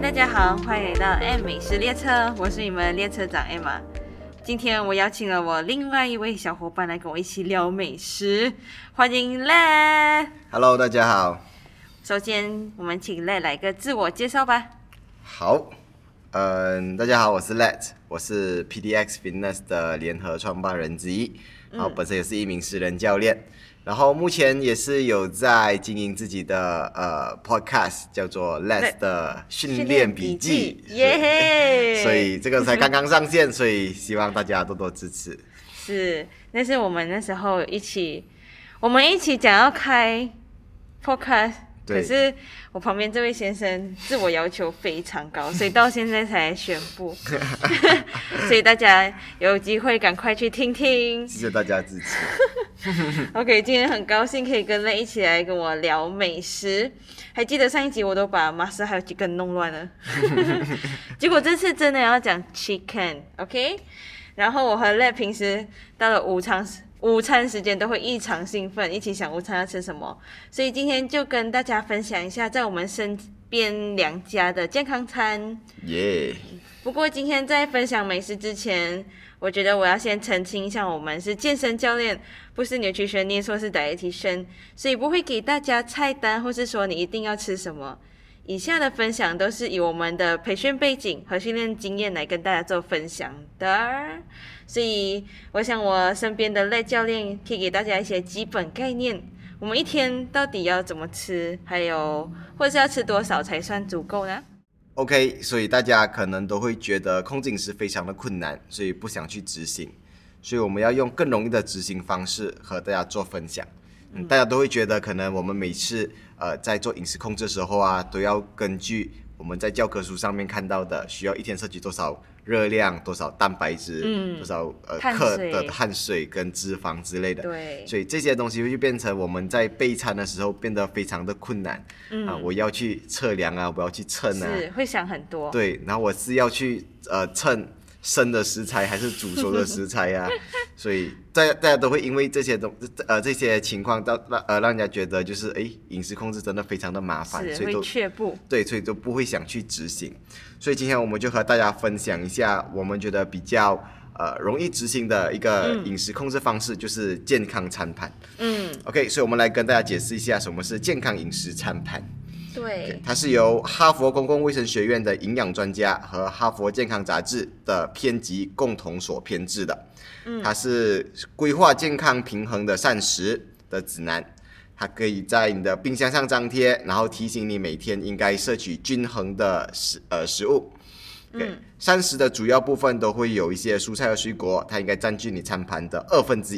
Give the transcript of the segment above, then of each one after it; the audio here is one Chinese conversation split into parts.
大家好，欢迎来到 M 美食列车，我是你们列车长 Emma。今天我邀请了我另外一位小伙伴来跟我一起聊美食，欢迎 Let。Hello， 大家好。 首先，我们请 Let 来个自我介绍吧。 好，大家好，我是 Let， 我是 PDX Fitness 的联合创办人之一，然后本身也是一名私人教练。然后目前也是有在经营自己的podcast， 叫做 Let 的训练笔记，耶！所以这个才刚刚上线，所以希望大家多多支持。 是，那是我们那时候我们一起讲要开 podcast。可是我旁边这位先生自我要求非常高，所以到现在才宣布。所以大家有机会赶快去听听。 谢谢大家支持。 OK， 今天很高兴可以跟Let一起来跟我聊美食。还记得上一集我都把麻丝还有几根弄乱了，结果这次真的要讲 chicken，OK？ 然后我和Let平时到了午餐时间都会异常兴奋，一起想午餐要吃什么，所以今天就跟大家分享一下在我们身边2家的健康餐。 耶！ 不过今天在分享美食之前，我觉得我要先澄清一下，我们是健身教练，不是nutritionist或是 dietitian， 所以不会给大家菜单，或是说你一定要吃什么。以下的分享都是以我们的培训背景和训练经验来跟大家做分享的，所以我想我身边的Let教练可以给大家一些基本概念，我们一天到底要怎么吃，还有或者是要吃多少才算足够呢？ OK， 所以大家可能都会觉得控制饮食非常的困难，所以不想去执行，所以我们要用更容易的执行方式和大家做分享。大家都会觉得可能我们每次在做饮食控制的时候啊，都要根据我们在教科书上面看到的，需要一天摄取多少热量、多少蛋白质、多少克的碳水跟脂肪之类的。 对， 所以这些东西就变成我们在备餐的时候变得非常的困难。我要去测量啊，我要去称啊， 是会想很多。 对，然后我是要去称生的食材还是煮熟的食材啊？所以大家都会因为这些情况让人家觉得就是饮食控制真的非常的麻烦，所以都会却步。 对，所以都不会想去执行。所以今天我们就和大家分享一下我们觉得比较容易执行的一个饮食控制方式，就是健康餐盘。OK， 所以我们来跟大家解释一下什么是健康饮食餐盘。 对， 它是由哈佛公共卫生学院的营养专家和哈佛健康杂志的编辑共同所编制的。它是规划健康平衡的膳食的指南，它可以在你的冰箱上张贴，然后提醒你每天应该摄取均衡的食物。膳食的主要部分都会有一些蔬菜和水果，它应该占据你餐盘的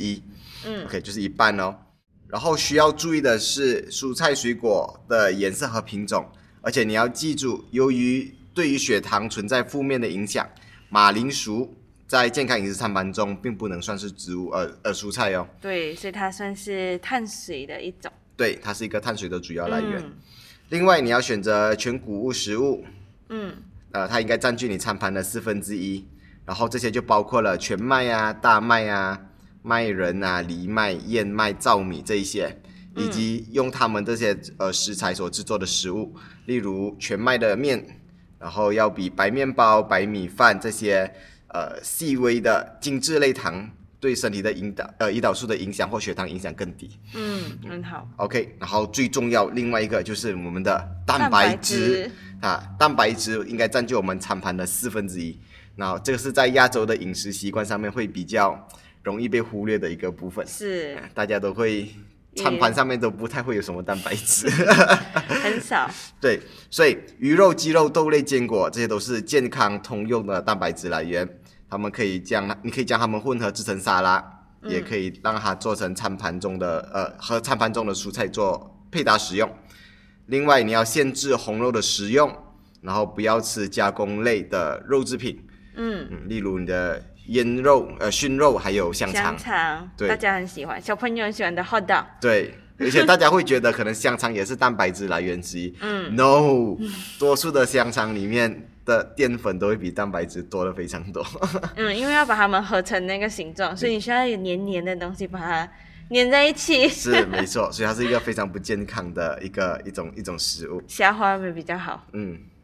1/2。OK， 就是一半哦。然后需要注意的是蔬菜水果的颜色和品种，而且你要记住，由于对于血糖存在负面的影响，马铃薯在健康饮食餐盘中并不能算是蔬菜哦。 对，所以它算是碳水的一种。 对，它是一个碳水的主要来源。另外，你要选择全谷物食物。它应该占据你餐盘的1/4。然后这些就包括了全麦啊、大麦啊、麦仁啊、藜麦、燕麦、糙米这一些，以及用他们这些食材所制作的食物，例如全麦的面，然后要比白面包、白米饭这些细微的精致类糖对身体的胰岛素的影响或血糖影响更低。 很好。 OK， 然后最重要另外一个就是我们的蛋白质蛋白质应该占据我们餐盘的1/4。然后这个是在亚洲的饮食习惯上面会比较容易被忽略的一个部分， 是大家都会餐盘上面都不太会有什么蛋白质， 很少。 对，所以鱼肉、鸡肉、豆类、坚果这些都是健康通用的蛋白质来源，你可以将它们混合制成沙拉，也可以让它做成餐盘中的和餐盘中的蔬菜做配搭使用。另外，你要限制红肉的食用，然后不要吃加工类的肉制品，例如你的腌肉、熏肉还有香肠，对， 大家很喜欢，小朋友很喜欢的 hot dog。 对，而且大家会觉得可能香肠也是蛋白质来源之一。No， 多数的香肠里面的淀粉都会比蛋白质多的非常多。 因为要把它们合成那个形状，所以你需要有黏黏的东西把它粘在一起。 是没错，所以它是一个非常不健康的一种食物， 消化会比较好。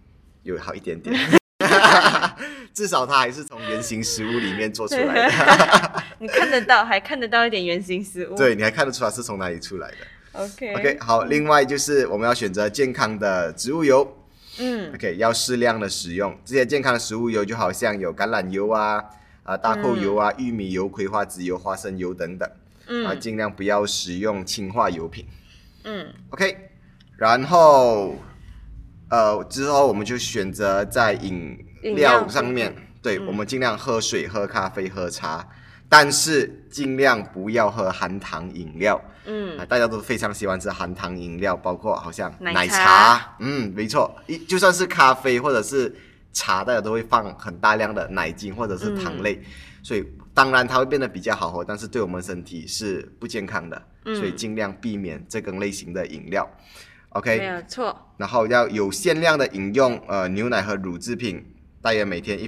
有好一点点。至少它还是从原型食物里面做出来的。 你看得到，还看得到一点原型食物。 对，你还看得出来是从哪里出来的。 OK， 好，另外就是我们要选择健康的植物油。OK， 要适量的使用这些健康的食物油，就好像有橄榄油啊、大豆油啊、玉米油、葵花籽油、花生油等等。尽量不要使用氢化油品。OK， 然后之后我们就选择在饮料上面，对，我们尽量喝水、喝咖啡、喝茶，但是尽量不要喝含糖饮料。大家都非常喜欢吃含糖饮料，包括好像奶茶。没错，就算是咖啡或者是茶，大家都会放很大量的奶精或者是糖类，所以当然它会变得比较好喝，但是对我们身体是不健康的，所以尽量避免这种类型的饮料。OK， 没有错。 然后要有限量的饮用牛奶和乳制品，大约每天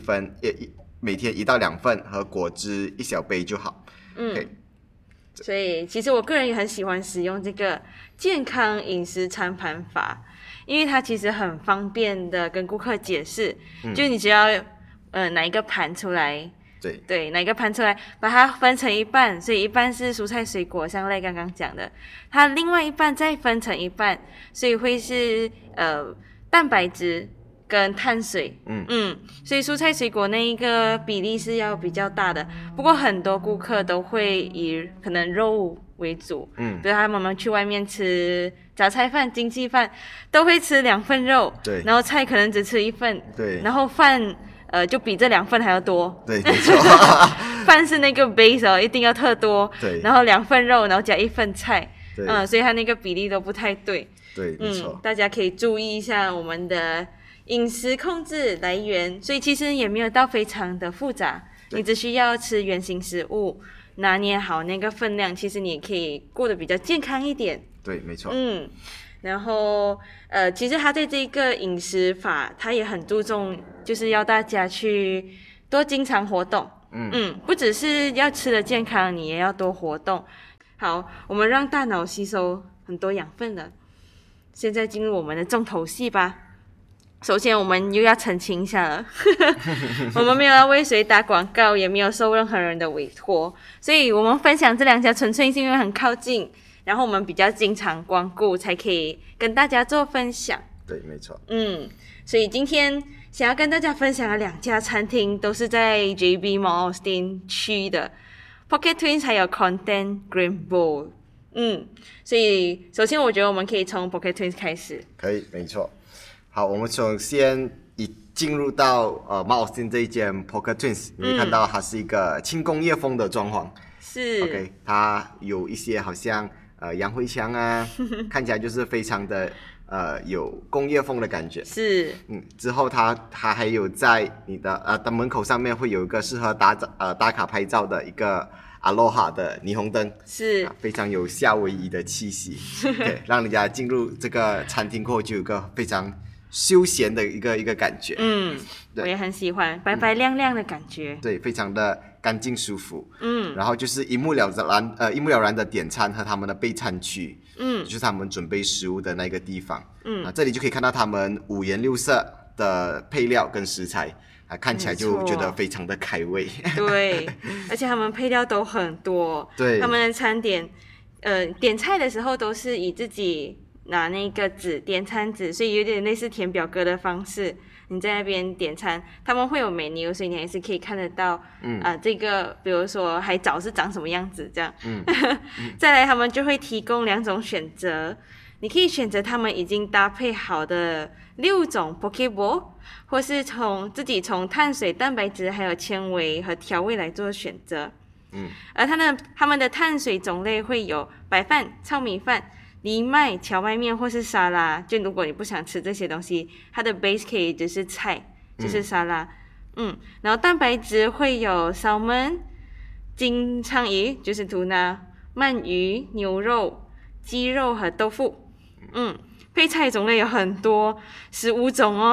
1到2份，和果汁1小杯就好。OK， 所以其实我个人也很喜欢使用这个健康饮食餐盘法，因为它其实很方便的跟顾客解释，就你只要拿一个盘出来。对，拿一个盘出来，把它分成一半，所以一半是蔬菜水果，像赖刚刚讲的，它另外一半再分成一半，所以会是蛋白质跟碳水。所以蔬菜水果那一个比例是要比较大的。不过很多顾客都会以可能肉为主，比如他们去外面吃杂菜饭、经济饭，都会吃2份肉， 对， 然后菜可能只吃1份， 对， 然后饭就比这2份还要多。 对，没错。 饭是那个 base 一定要特多， 对， 然后2份肉，然后加1份菜， 对， 所以它那个比例都不太对。 对，没错。 大家可以注意一下我们的饮食控制来源，所以其实也没有到非常的复杂，你只需要吃原型食物，拿捏好那个分量，其实你也可以过得比较健康一点。 对，没错。 然后其实他对这个饮食法，他也很注重，就是要大家去多经常活动。不只是要吃的健康，你也要多活动。好，我们让大脑吸收很多养分了。现在进入我们的重头戏吧。首先，我们又要澄清一下了，我们没有要为谁打广告，也没有受任何人的委托，所以我们分享这2家纯粹是因为很靠近，然后我们比较经常光顾，才可以跟大家做分享。 对，没错。 所以今天想要跟大家分享的2家餐厅都是在 JB Mall Austin 区的 Pocket Twins 还有 Content Green Bowl。所以首先我觉得我们可以从 Pocket Twins 开始。 可以，没错。好，我们首先进入到Mall Austin 这一间 Pocket Twins， 你会看到它是一个轻工业风的装潢。 是。 OK， 它有一些好像洋灰墙啊，看起来就是非常的有工业风的感觉。 是。 之后它还有在你的门口上面会有一个适合打卡拍照的一个Aloha 的霓虹灯， 是非常有夏威夷的气息。对，让人家进入这个餐厅过后就有一个非常休闲的一个感觉。 我也很喜欢白白亮亮的感觉。 对，非常的干净舒服。然后就是一目了然的点餐和他们的备餐区。就是他们准备食物的那个地方。这里就可以看到他们5颜6色的配料跟食材。看起来就觉得非常的开胃。 对，而且他们配料都很多。 对， 他们的餐点，点菜的时候都是以自己拿那个纸点餐纸，所以有点类似填表格的方式。你在那边点餐，他们会有 menu， 所以你还是可以看得到，这个比如说海藻是长什么样子这样。再来，他们就会提供2种选择。你可以选择他们已经搭配好的6种 Poke Bowl， 或是自己从碳水、蛋白质还有纤维和调味来做选择。而他们的碳水种类会有白饭、糙米饭、藜麦、荞麦面或是沙拉。就如果你不想吃这些东西，它的 base 可以就是菜，就是沙拉。然后蛋白质会有 salmon、金枪鱼就是 tuna、鳗鱼、牛肉、鸡肉和豆腐。配菜种类有很多，15种哦。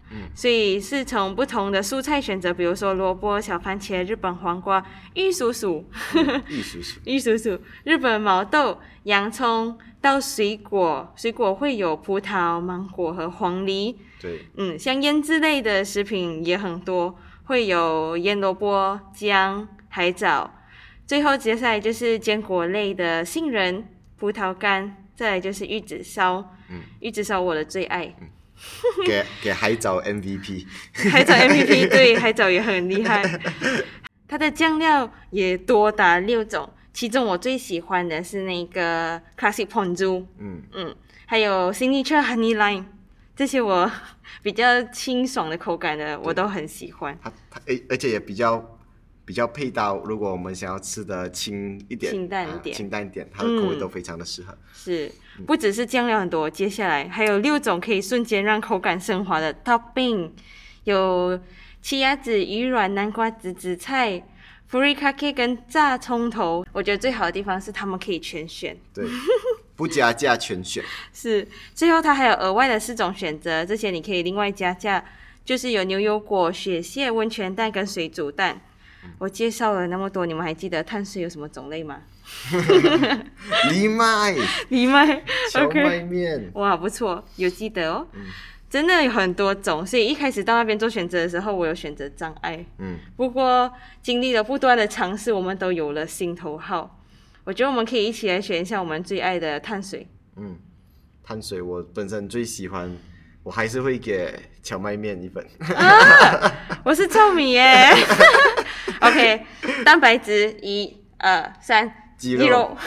所以是从不同的蔬菜选择，比如说萝卜、小番茄、日本黄瓜、玉蜀黍、玉蜀黍、日本毛豆、洋葱，到水果会有葡萄、芒果和黄梨。 对， 像腌制类的食品也很多，会有腌萝卜、姜、海藻。最后接下来就是坚果类的杏仁、葡萄干，再来就是玉子烧。玉子烧我的最爱。 给海藻 MVP。 海藻 MVP 对，海藻也很厉害。它的酱料也多达6种，其中我最喜欢的是那个 Classic Ponzu，还有 Signature Honey Lime， 这些我比较清爽的口感的我都很喜欢。 而且也比较配到，如果我们想要吃的清淡一点，它的口味都非常的适合。 是，不只是酱料很多，接下来还有6种可以瞬间让口感升华的 topping， 有奇亚籽、鱼卵、南瓜籽、紫菜、furikake 跟炸葱头。我觉得最好的地方是他们可以全选， 对，不加价全选。 是，最后它还有额外的4种选择，这些你可以另外加价，就是有牛油果、雪蟹、温泉蛋跟水煮蛋。我介绍了那么多，你们还记得碳水有什么种类吗？ 藜麦、荞麦面。 哇，不错，有记得哦。真的有很多种，所以一开始到那边做选择的时候，我有选择障碍。不过经历了不断的尝试，我们都有了心头好。我觉得我们可以一起来选一下我们最爱的碳水。 碳水我本身最喜欢，我还是会给荞麦面1分。 我是糙米耶。OK， 蛋白质1、2、3，鸡肉。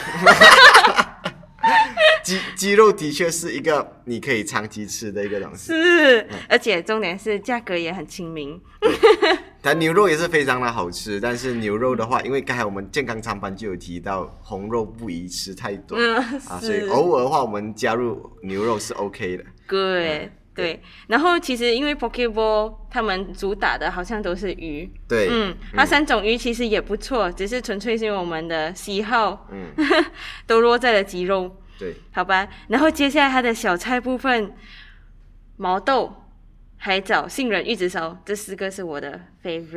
鸡肉的确是一个你可以长期吃的一个东西， 是，而且重点是价格也很亲民。 但牛肉也是非常的好吃，但是牛肉的话，因为刚才我们健康餐班就有提到红肉不宜吃太多，所以偶尔的话我们加入牛肉是 OK 的。 对，然后其实因为 Pokeball 他们主打的好像都是鱼， 对， 它3种鱼其实也不错，只是纯粹是因为我们的喜好，都落在了鸡肉， 对， 好吧。然后接下来它的小菜部分，毛豆、海藻、杏仁、玉子烧，这4个是我的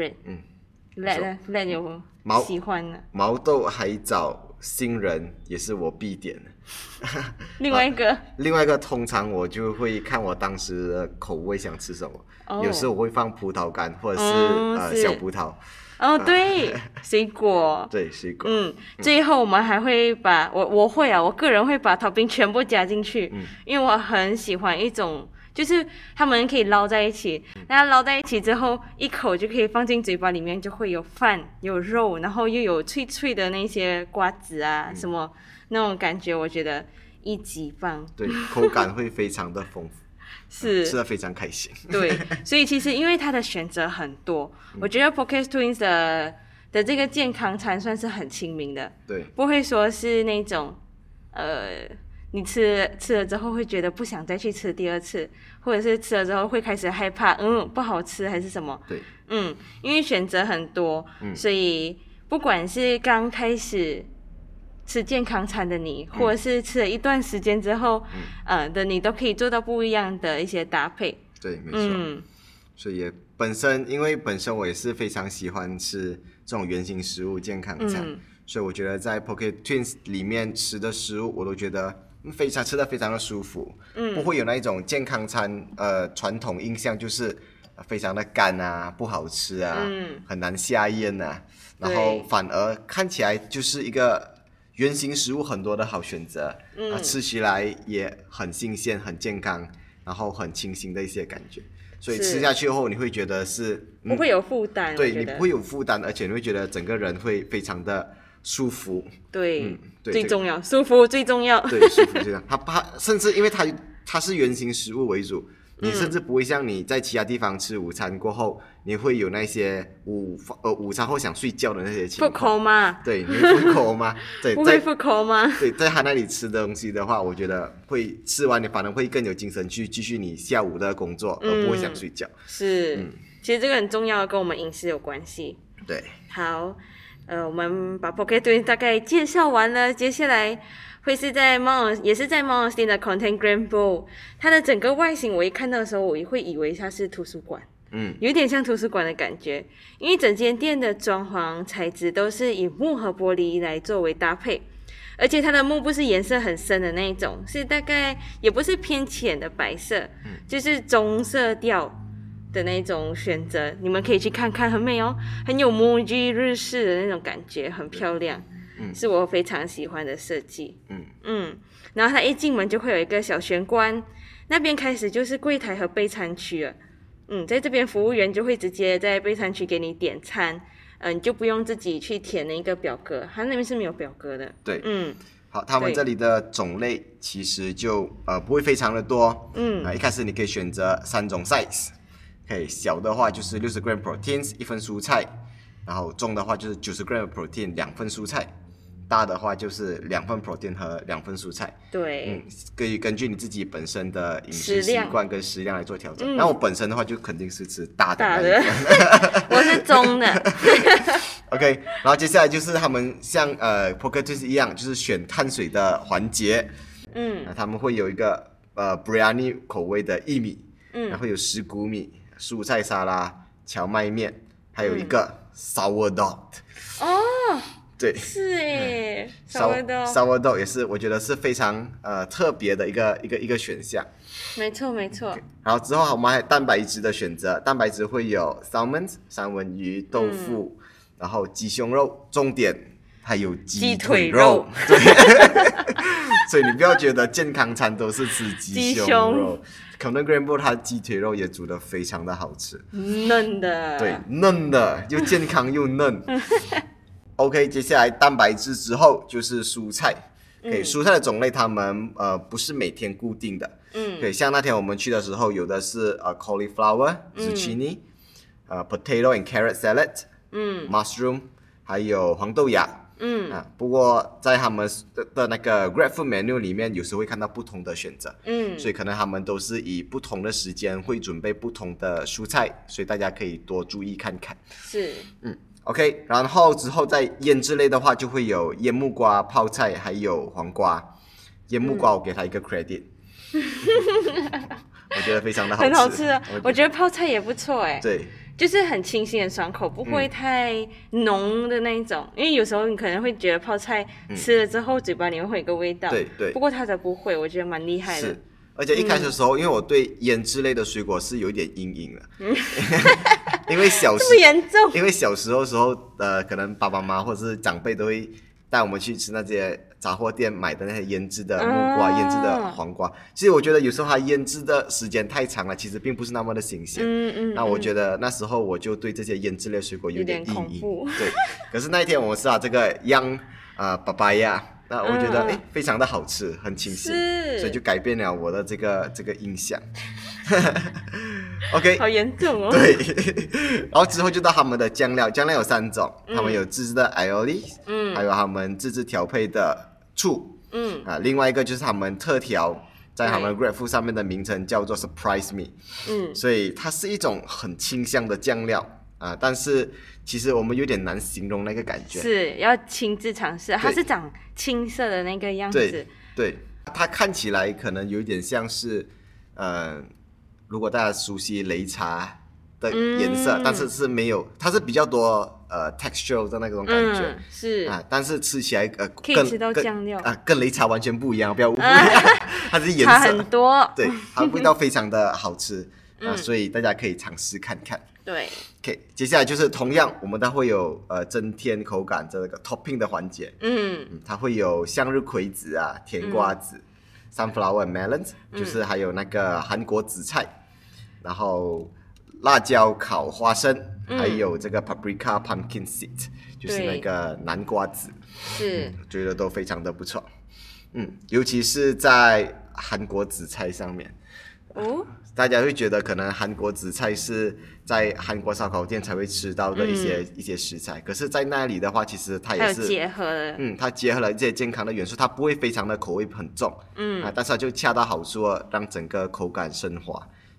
favorite。Let 有喜欢的毛豆、海藻、杏仁也是我必点的。 另外一个通常我就会看我当时的口味想吃什么，有时候我会放葡萄干或者是小葡萄。 对，水果。 对，水果。 最后我们还会把我个人会把topping全部加进去，因为我很喜欢一种。就是他们可以捞在一起，那捞在一起之后，一口就可以放进嘴巴里面，就会有饭有肉，然后又有脆脆的那些瓜子啊，什么那种感觉，我觉得一级棒。 对，口感会非常的丰富， 是吃得非常开心。 对，所以其实因为它的选择很多，我觉得 Poke Twins 的这个健康餐算是很亲民的， 对， 不会说是那种你吃了之后会觉得不想再去吃第2次，或者是吃了之后会开始害怕，不好吃还是什么。 对， 因为选择很多，所以不管是刚开始吃健康餐的你，或者是吃了一段时间之后，的你都可以做到不一样的一些搭配。 对，没错。所以因为本身我也是非常喜欢吃这种原型食物健康餐，所以我觉得在 Poke Twins 里面吃的食物，我都觉得吃得非常的舒服，不会有那一种健康餐传统印象就是非常的干啊，不好吃啊，很难下咽啊，然后反而看起来就是一个原型食物很多的好选择，吃起来也很新鲜、很健康，然后很清新的一些感觉。所以吃下去后，你会觉得不会有负担， 对，你不会有负担，而且你会觉得整个人会非常的舒服。 对，最重要，舒服最重要。 对，舒服最重要。它甚至因为它是原型食物为主，你甚至不会像你在其他地方吃午餐过后，你会有那些午餐后想睡觉的那些情况。 复口吗？ 对，你会复口吗？对， 不会复口吗？ 对，在他那里吃的东西的话，我觉得会吃完你反而会更有精神去继续你下午的工作，而不会想睡觉。 是，其实这个很重要，跟我们饮食有关系。 对。 好， 我们把 Poke Twins 大概介绍完了，接下来会是也是在 Mount Austin 的 Content Grand Bowl。它的整个外形我一看到的时候，我也会以为它是图书馆。有点像图书馆的感觉，因为整间店的装潢材质都是以木和玻璃来作为搭配，而且它的幕布是颜色很深的那一种，是大概也不是偏浅的白色，就是棕色调的那种选择，你们可以去看看，很美哦，很有 Muji 日式的那种感觉，很漂亮，是我非常喜欢的设计。然后它一进门就会有一个小玄关，那边开始就是柜台和备餐区了。在这边服务员就会直接在备餐区给你点餐，你就不用自己去填那个表格，它那边是没有表格的。 对，好，他们这里的种类其实就不会非常的多，一开始你可以选择3种 size， 可以小的话就是60 gram proteins 1份蔬菜，然后重的话就是90 gram protein 2份蔬菜。大的话就是2份 protein 和2份蔬菜， 对， 可以根据你自己本身的饮食习惯跟食量来做调整。那我本身的话就肯定是吃大的那一份， 我是中的。 OK， 然后接下来就是他们像Poke Twins 一样，就是选碳水的环节，他们会有一个biryani 口味的薏米，然后有石谷米、蔬菜沙拉、荞麦面，还有一个 sourdough。对， 是耶 ，sourdough 也是，我觉得是非常特别的一个选项。 没错。 然后之后我们还有蛋白质的选择，蛋白质会有 salmon 三文鱼、豆腐，然后鸡胸肉，重点还有鸡腿肉。对，所以你不要觉得健康餐都是吃鸡胸肉。Content Grand Bowl 它鸡腿肉也煮得非常的好吃， 嫩的。 对，嫩的又健康又嫩。OK， 接下来蛋白质之后就是蔬菜。蔬菜的种类他们不是每天固定的。像那天我们去的时候，有的是cauliflower、zucchini、potato and carrot salad、mushroom， 还有黄豆芽。不过在他们的那个 GrabFood menu 里面，有时会看到不同的选择。所以可能他们都是以不同的时间会准备不同的蔬菜，所以大家可以多注意看看。 是。 OK， 然后之后在腌制类的话，就会有腌木瓜、泡菜，还有黄瓜。腌木瓜我给他一个 credit，我觉得非常的好吃， 很好吃啊！我觉得泡菜也不错哎。 对， 就是很清新、很爽口，不会太浓的那一种。因为有时候你可能会觉得泡菜吃了之后嘴巴里面会有一个味道。 对。 不过它的不会，我觉得蛮厉害的。 是。而且一开始的时候，因为我对腌制类的水果是有一点阴影的，因为这么严重。 因为小时候的时候，可能爸爸妈妈或者是长辈都会带我们去吃那些杂货店买的那些腌制的木瓜、腌制的黄瓜。其实我觉得有时候它腌制的时间太长了，其实并不是那么的新鲜。那我觉得那时候我就对这些腌制类水果有点阴影。对。可是那一天我们吃了这个papaya。那我觉得非常的好吃，很清新，所以就改变了我的这个印象。OK， 好严重哦。 对，然后之后就到他们的酱料有3种，他们有自制的 aioli，还有他们自制调配的醋，另外一个就是他们特调，在他们 GrabFood 上面的名称叫做 Surprise Me，所以它是一种很清香的酱料。但是其实我们有点难形容那个感觉， 是要亲自尝试。它是长青色的那个样子， 对，它看起来可能有点像是如果大家熟悉擂茶的颜色，但是是没有，它是比较多texture 的那种感觉， 是但是吃起来可以吃到酱料跟擂茶完全不一样，不要误会，它是颜色差很多， 对，它味道非常的好吃。所以大家可以尝试看看。 对 ，OK， 接下来就是同样，我们都会有增添口感这个 topping 的环节。它会有向日葵子啊、甜瓜子、sunflower melons，就是还有那个韩国紫菜，然后辣椒烤花生，还有这个 paprika pumpkin seed，就是那个南瓜子。 是， 觉得都非常的不错。尤其是在韩国紫菜上面。大家会觉得可能韩国紫菜是在韩国烧烤店才会吃到的一些食材，可是在那里的话，其实它也是结合了， 它结合了这些健康的元素，它不会非常的口味很重，但是它就恰到好处让整个口感升华，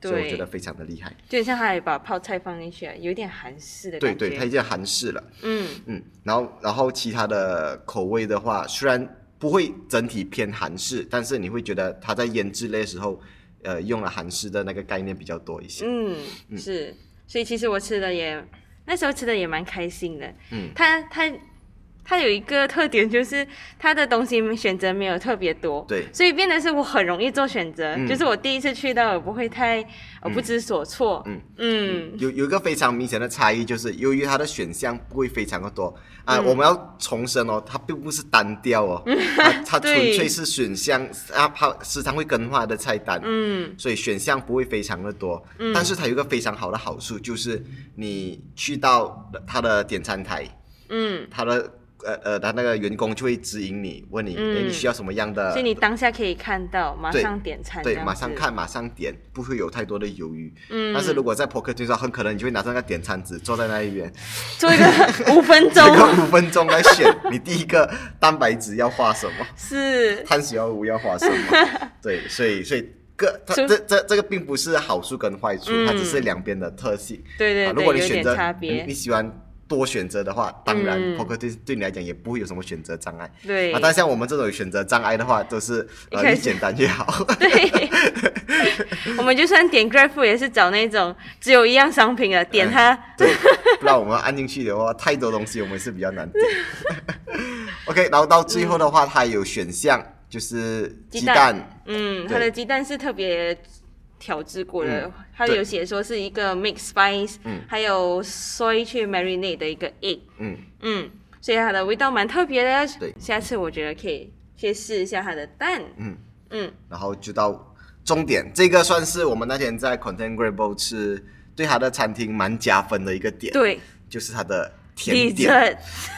所以我觉得非常的厉害。 就像他也把泡菜放进去，有点韩式的感觉。 对，它已经韩式了。然后其他的口味的话，虽然不会整体偏韩式，但是你会觉得它在腌制类的时候，用了韩式的那个概念比较多一些。 是，所以其实我那时候吃的也蛮开心的。它有一个特点，就是它的东西选择没有特别多， 对， 所以变得是我很容易做选择。就是我第一次去到，我不会太不知所措。 有一个非常明显的差异，就是由于它的选项不会非常的多我们要重申哦，它并不是单调哦，它纯粹是选项它时常会更换的菜单。所以选项不会非常的多。但是它有一个非常好的好处，就是你去到它的点餐台，他那个员工就会指引你，问你，你需要什么样的， 所以你当下可以看到，马上点餐， 对，马上看，马上点，不会有太多的犹豫。但是如果在 Poker Twins 上，很可能你就会拿上那个点餐纸，坐在那一边， 做一个5分钟， 这个5分钟来选你第一个蛋白质要画什么， 是碳水化合物要画什么，对，所以这个并不是好处跟坏处，它只是两边的特性。 对， 如果你选择有点差别， 你喜欢多选择的话，当然 Poker 对你来讲也不会有什么选择障碍。 对但像我们这种有选择障碍的话，都是越简单越好。 对，我们就算点 GrabFood 也是找那种只有一样商品的，点它。 对，不然我们按进去的话，太多东西我们是比较难点。OK， 然后到最后的话，它有选项就是鸡蛋。 它的鸡蛋是特别调制过的，它有写说是一个 mix spice，还有 soy 去 marinate 的一个 egg，所以它的味道蛮特别的。 对， 下次我觉得可以去试一下它的蛋。 然后就到终点，这个算是我们那天在 Content Grable 吃对它的餐厅蛮加分的一个点。 对， 就是它的甜点。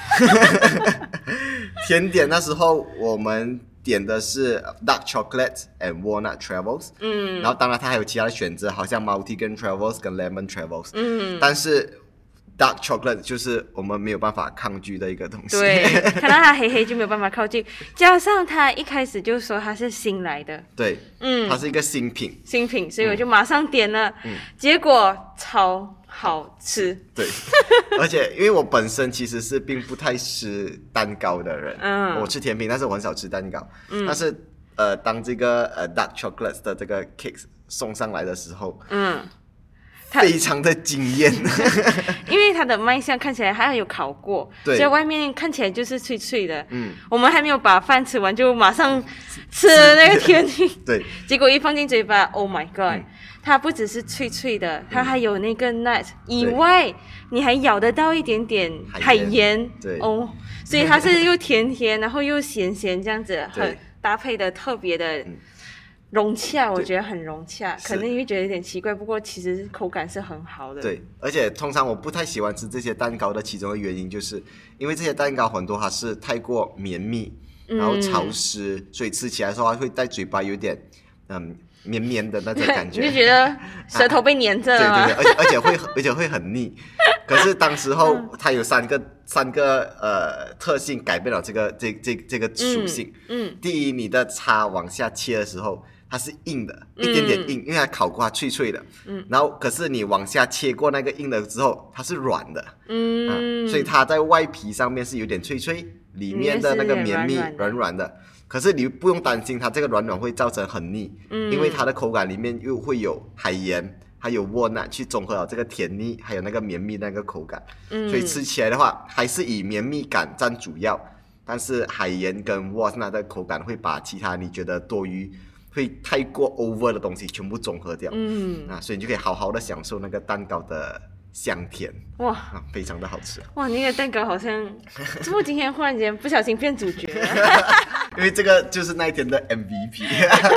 甜点那时候我们点的是 Dark Chocolate and Walnut Travels，然后当然它还有其他的选择，好像 Multigrain Travels 跟 Lemon Travels，但是 Dark Chocolate 就是我们没有办法抗拒的一个东西。 对，看到它黑黑就没有办法靠近，加上它一开始就说它是新来的， 对，它是一个新品， 所以我就马上点了，结果超好吃。 对，而且因为我本身其实是并不太吃蛋糕的人，我吃甜品，但是我很少吃蛋糕。但是当这个Dark Chocolate 的这个 cake 送上来的时候，非常的惊艳。 因为它的卖相看起来还有烤过，所以外面看起来就是脆脆的。我们还没有把饭吃完，就马上吃了那个甜品。 对， 结果一放进嘴巴 ，Oh my God！它不只是脆脆的，它还有那个 nut 以外，你还咬得到一点点海盐。 对哦，所以它是又甜甜，然后又咸咸这样子，很搭配的特别的融洽，我觉得很融洽。可能你会觉得有点奇怪，不过其实口感是很好的。 对，而且通常我不太喜欢吃这些蛋糕的其中的原因，就是因为这些蛋糕很多它是太过绵密，然后潮湿，所以吃起来的话会在嘴巴有点绵绵的那种感觉。 你就觉得舌头被粘着了吗？ 对，而且会很腻。可是当时候它有三个特性改变了这个属性。第一，你的叉往下切的时候，它是硬的，一点点硬，因为它烤过，它脆脆的。然后可是你往下切过那个硬的之后，它是软的。所以它在外皮上面是有点脆脆，里面的那个绵密软软的。可是你不用担心它这个软软会造成很腻，因为它的口感里面又会有海盐还有walnut去综合了这个甜腻还有那个绵密那个口感，所以吃起来的话还是以绵密感占主要，但是海盐跟 walnut 的口感会把其他你觉得多余会太过 over 的东西全部综合掉。所以你就可以好好的享受那个蛋糕的香甜。哇，非常的好吃。 哇，那个蛋糕好像怎么今天忽然间不小心变主角了？ 因为这个就是那一天的 MVP。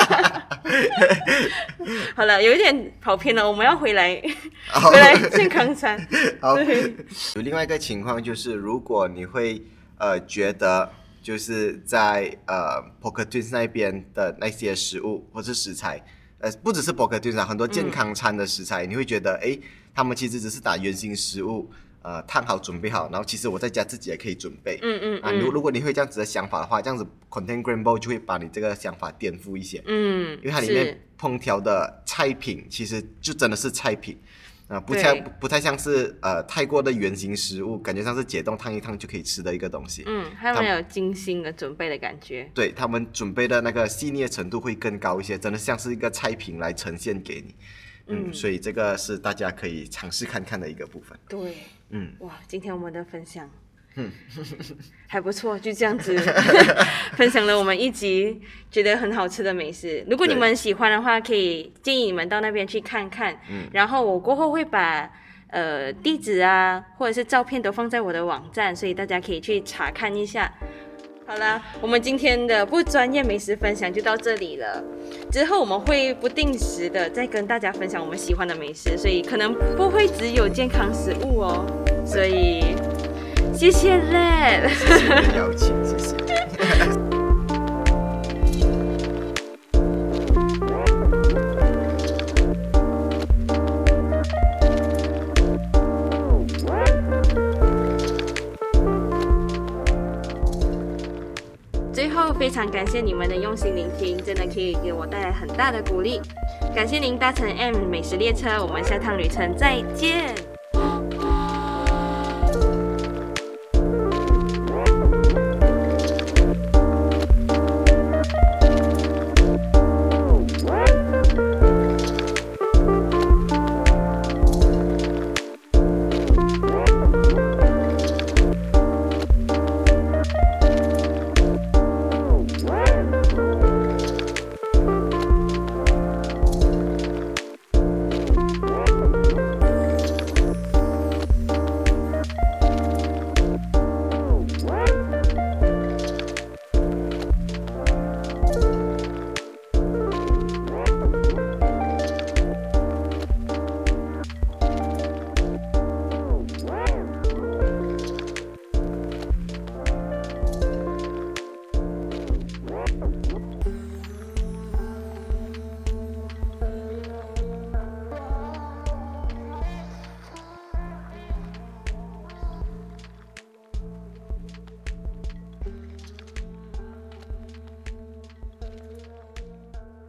好了，有一点跑偏了，我们要回来健康餐。 好，有另外一个情况就是，如果你会觉得就是在Poker Twins 那边的那些食物或是食材，不只是 Poker Twins 很多健康餐的食材，你会觉得他们其实只是打原型食物， 烫好准备好，然后其实我在家自己也可以准备。如果你会这样子的想法的话，这样子 Content Greenbowl 就会把你这个想法颠覆一些。因为它里面烹调的菜品其实就真的是菜品。不太像是太过的原型食物，感觉像是解冻烫一烫就可以吃的一个东西。 他们有精心的准备的感觉。 对，他们准备的那个细腻的程度会更高一些，真的像是一个菜品来呈现给你。所以这个是大家可以尝试看看的一个部分。 对，哇，今天我们的分享还不错，就这样子分享了我们一集觉得很好吃的美食。如果你们喜欢的话，可以建议你们到那边去看看。然后我过后会把地址啊或者是照片都放在我的网站，所以大家可以去查看一下。好啦，我们今天的不专业美食分享就到这里了。之后我们会不定时的再跟大家分享我们喜欢的美食，所以可能不会只有健康食物哦。所以谢谢 Led， 谢谢你的邀请，谢谢。 最后，非常感谢你们的用心聆听，真的可以给我带来很大的鼓励。感谢您搭乘 M 美食列车，我们下趟旅程再见。